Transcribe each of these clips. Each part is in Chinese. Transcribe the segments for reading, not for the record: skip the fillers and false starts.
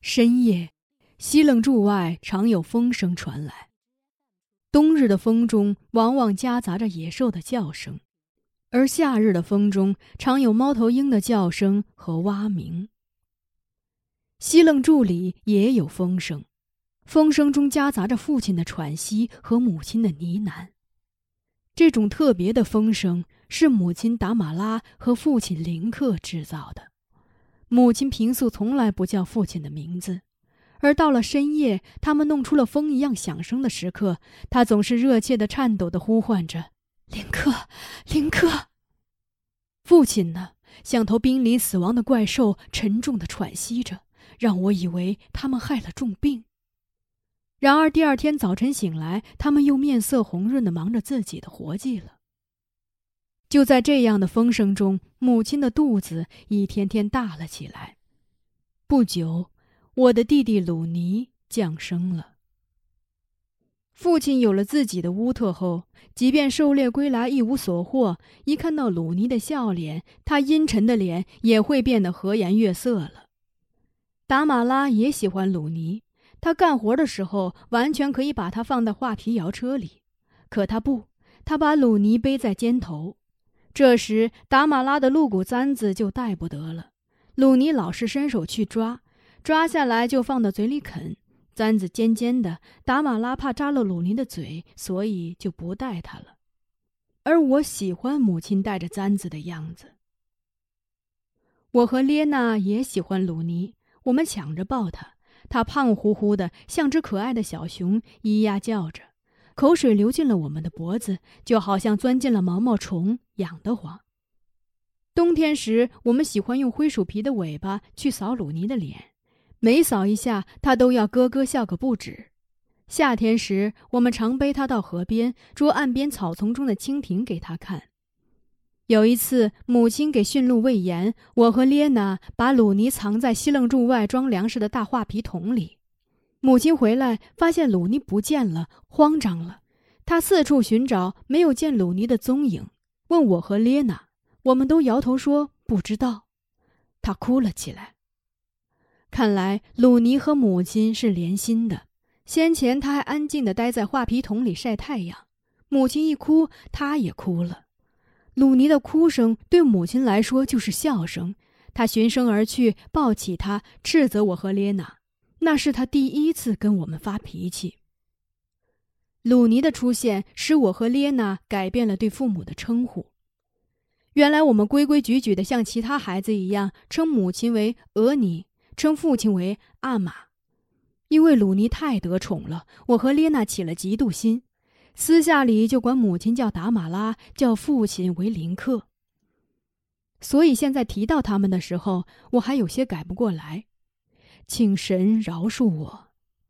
深夜，西楞柱外常有风声传来。冬日的风中往往夹杂着野兽的叫声，而夏日的风中常有猫头鹰的叫声和蛙鸣。西楞柱里也有风声，风声中夹杂着父亲的喘息和母亲的呢喃。这种特别的风声是母亲达玛拉和父亲林克制造的。母亲平素从来不叫父亲的名字，而到了深夜，他们弄出了风一样响声的时刻，他总是热切地颤抖地呼唤着：“林克，林克！”父亲呢，像头濒临死亡的怪兽，沉重地喘息着，让我以为他们害了重病。然而第二天早晨醒来，他们又面色红润地忙着自己的活计了。就在这样的风声中，母亲的肚子一天天大了起来。不久，我的弟弟鲁尼降生了。父亲有了自己的乌特后，即便狩猎归来一无所获，一看到鲁尼的笑脸，他阴沉的脸也会变得和颜悦色了。达玛拉也喜欢鲁尼，他干活的时候完全可以把他放在画皮摇车里，可他不，他把鲁尼背在肩头。这时达玛拉的鹿骨簪子就带不得了，鲁尼老是伸手去抓，抓下来就放到嘴里啃，簪子尖尖的，达玛拉怕扎了鲁尼的嘴，所以就不带它了。而我喜欢母亲带着簪子的样子。我和列娜也喜欢鲁尼，我们抢着抱他，他胖乎乎的，像只可爱的小熊，咿呀叫着，口水流进了我们的脖子，就好像钻进了毛毛虫，痒得慌。冬天时，我们喜欢用灰鼠皮的尾巴去扫鲁尼的脸，每扫一下，他都要咯咯笑个不止。夏天时，我们常背他到河边，捉岸边草丛中的蜻蜓给他看。有一次，母亲给驯鹿喂盐，我和列娜把鲁尼藏在西楞柱外装粮食的大画皮桶里。母亲回来，发现鲁尼不见了，慌张了。她四处寻找，没有见鲁尼的踪影，问我和列娜，我们都摇头说不知道。她哭了起来。看来鲁尼和母亲是连心的。先前他还安静地待在画皮桶里晒太阳，母亲一哭，他也哭了。鲁尼的哭声对母亲来说就是笑声，她循声而去，抱起他，斥责我和列娜。那是他第一次跟我们发脾气。鲁尼的出现使我和列娜改变了对父母的称呼。原来我们规规矩矩地像其他孩子一样，称母亲为俄尼，称父亲为阿玛。因为鲁尼太得宠了，我和列娜起了嫉妒心，私下里就管母亲叫达玛拉，叫父亲为林克。所以现在提到他们的时候，我还有些改不过来。请神饶恕我。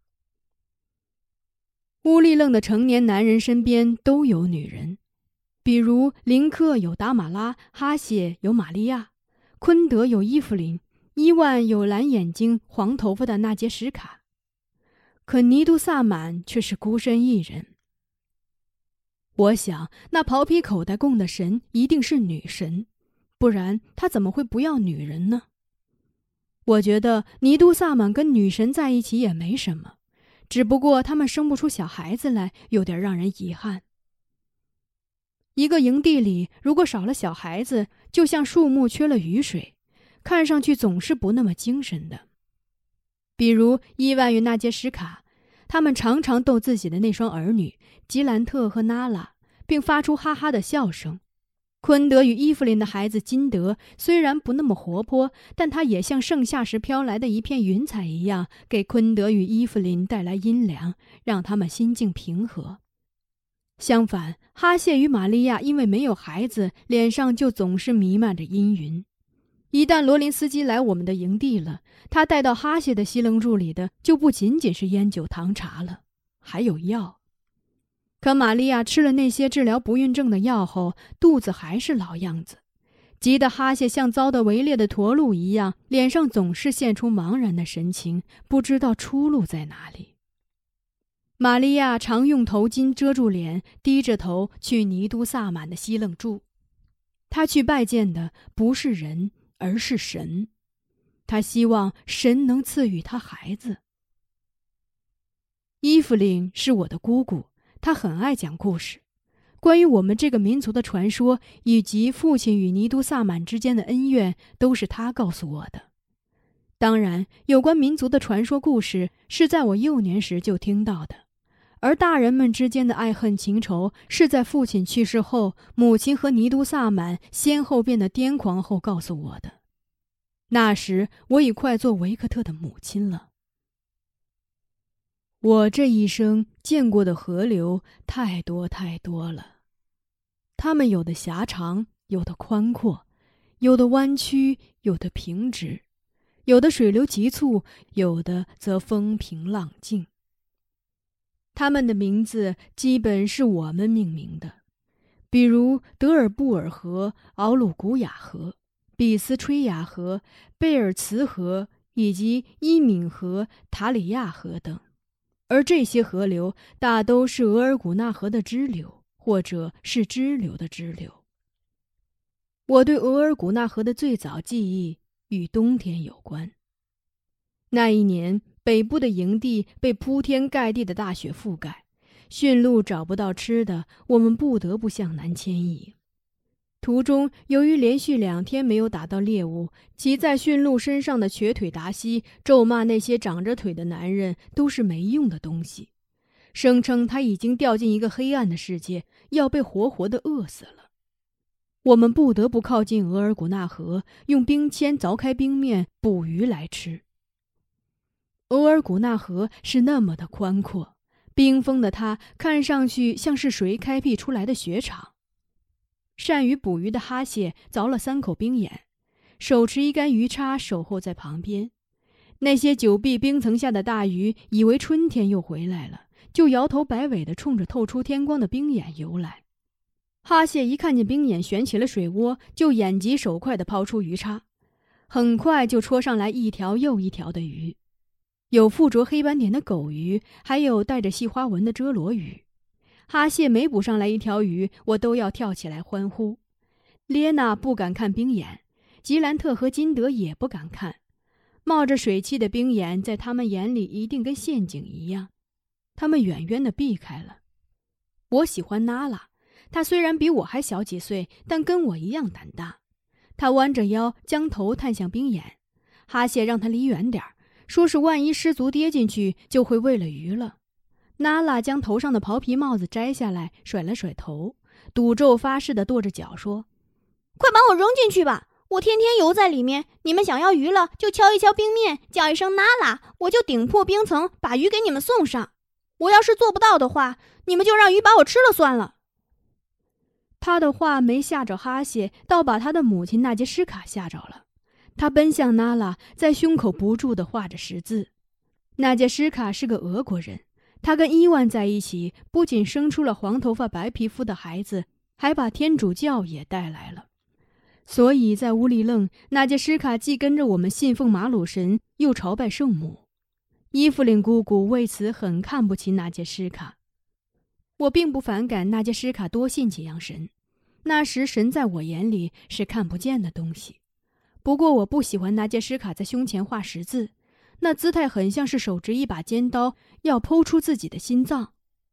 乌利楞的成年男人身边都有女人，比如林克有达玛拉，哈谢有玛利亚，昆德有伊芙琳，伊万有蓝眼睛黄头发的纳杰什卡。可尼都萨满却是孤身一人。我想那袍皮口袋供的神一定是女神，不然他怎么会不要女人呢？我觉得尼都萨满跟女神在一起也没什么，只不过他们生不出小孩子来，有点让人遗憾。一个营地里如果少了小孩子，就像树木缺了雨水，看上去总是不那么精神的。比如伊万与纳杰什卡，他们常常逗自己的那双儿女吉兰特和娜拉，并发出哈哈的笑声。昆德与伊芙琳的孩子金德虽然不那么活泼，但他也像盛夏时飘来的一片云彩一样，给昆德与伊芙琳带来阴凉，让他们心境平和。相反，哈谢与玛利亚因为没有孩子，脸上就总是弥漫着阴云。一旦罗林斯基来我们的营地了，他带到哈谢的西楞柱里的就不仅仅是烟酒糖茶了，还有药。可玛利亚吃了那些治疗不孕症的药后，肚子还是老样子，急得哈谢像遭到围猎的驼鹿一样，脸上总是现出茫然的神情，不知道出路在哪里。玛利亚常用头巾遮住脸，低着头去尼都萨满的西楞柱。她去拜见的不是人，而是神。 他希望神能赐予他孩子。伊芙琳是我的姑姑，她很爱讲故事。关于我们这个民族的传说，以及父亲与尼都萨满之间的恩怨，都是她告诉我的。当然，有关民族的传说故事是在我幼年时就听到的，而大人们之间的爱恨情仇是在父亲去世后，母亲和尼都萨满先后变得癫狂后告诉我的。那时我已快做维克特的母亲了。我这一生见过的河流太多太多了，它们有的狭长，有的宽阔，有的弯曲，有的平直，有的水流急促，有的则风平浪静。它们的名字基本是我们命名的，比如德尔布尔河、奥鲁古雅河、比斯吹雅河、贝尔茨河以及伊敏河、塔里亚河等。而这些河流大都是额尔古纳河的支流，或者是支流的支流。我对额尔古纳河的最早记忆与冬天有关。那一年，北部的营地被铺天盖地的大雪覆盖，驯鹿找不到吃的，我们不得不向南迁移。途中，由于连续2天没有打到猎物，骑在驯鹿身上的瘸腿达西咒骂那些长着腿的男人都是没用的东西，声称他已经掉进一个黑暗的世界，要被活活地饿死了。我们不得不靠近额尔古纳河，用冰签凿开冰面捕鱼来吃。额尔古纳河是那么的宽阔，冰封的它看上去像是谁开辟出来的雪场。善于捕鱼的哈谢凿了3口冰眼，手持一杆鱼叉守候在旁边。那些久避冰层下的大鱼以为春天又回来了，就摇头摆尾地冲着透出天光的冰眼游来。哈谢一看见冰眼旋起了水涡，就眼疾手快地抛出鱼叉，很快就戳上来一条又一条的鱼，有附着黑斑点的狗鱼，还有带着细花纹的遮罗鱼。哈谢每捕上来一条鱼，我都要跳起来欢呼。列娜不敢看冰眼，吉兰特和金德也不敢看。冒着水汽的冰眼在他们眼里一定跟陷阱一样，他们远远地避开了。我喜欢娜拉，她虽然比我还小几岁，但跟我一样胆大。她弯着腰将头探向冰眼，哈谢让她离远点，说是万一失足跌进去就会喂了鱼了。娜拉将头上的袍皮帽子摘下来，甩了甩头，赌咒发誓地跺着脚说：“ 快把我扔进去吧！我天天游在里面，你们想要鱼了就敲一敲冰面，叫一声娜拉，我就顶破冰层把鱼给你们送上。我要是做不到的话，你们就让鱼把我吃了算了。”他的话没吓着哈谢，倒把他的母亲纳杰什卡吓着了。他奔向娜拉，在胸口不住地画着十字。纳杰什卡是个俄国人，他跟伊万在一起，不仅生出了黄头发白皮肤的孩子，还把天主教也带来了。所以在乌里楞，纳杰什卡既跟着我们信奉马鲁神，又朝拜圣母。伊芙琳姑姑为此很看不起纳杰什卡。我并不反感纳杰什卡多信几样神，那时神在我眼里是看不见的东西。不过我不喜欢纳杰什卡在胸前画十字，那姿态很像是手执一把尖刀，要剖出自己的心脏。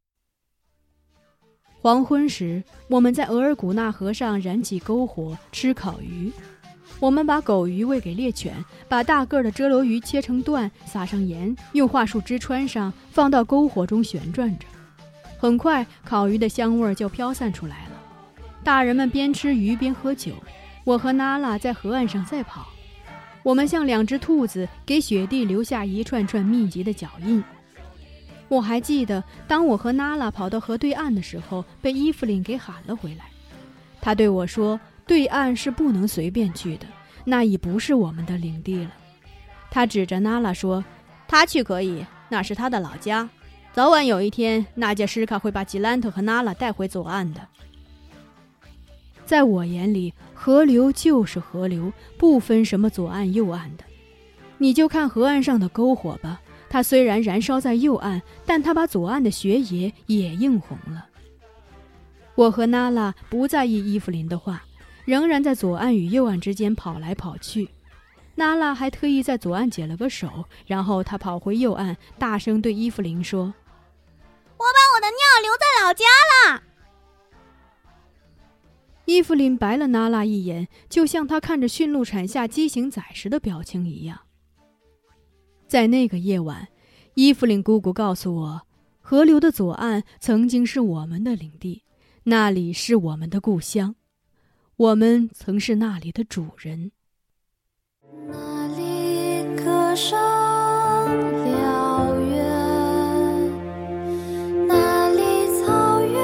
黄昏时，我们在额尔古纳河上燃起篝火，吃烤鱼。我们把狗鱼喂给猎犬，把大个的遮罗鱼切成段，撒上盐，用桦树枝穿上，放到篝火中旋转着。很快，烤鱼的香味就飘散出来了。大人们边吃鱼边喝酒，我和娜拉在河岸上赛跑。我们像2只兔子，给雪地留下一串串密集的脚印。我还记得，当我和娜拉跑到河对岸的时候，被伊芙琳给喊了回来。她对我说，对岸是不能随便去的，那已不是我们的领地了。她指着娜拉说，她去可以，那是她的老家，早晚有一天，纳杰什卡会把吉兰特和娜拉带回左岸的。在我眼里，河流就是河流，不分什么左岸右岸的。你就看河岸上的篝火吧，它虽然燃烧在右岸，但它把左岸的雪野也映红了。我和娜拉不在意伊芙琳的话，仍然在左岸与右岸之间跑来跑去。 娜拉还特意在左岸解了个手，然后她跑回右岸，大声对伊芙琳说：“ 我把我的尿留在老家了。” 伊芙琳白了娜拉一眼，就像她看着驯鹿产下畸形崽时的表情一样。在那个夜晚，伊芙琳姑姑告诉我，河流的左岸曾经是我们的领地，那里是我们的故乡，我们曾是那里的主人。 那里歌声辽远，那里草原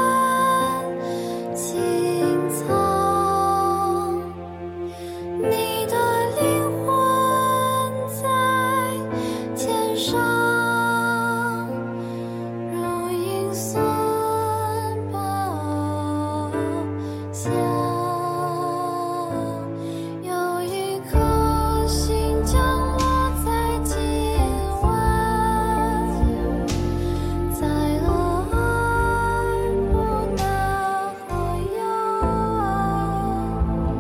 青草，你的灵魂在天上，如银孙宝相。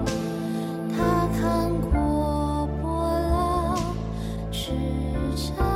看过波浪，驰骋。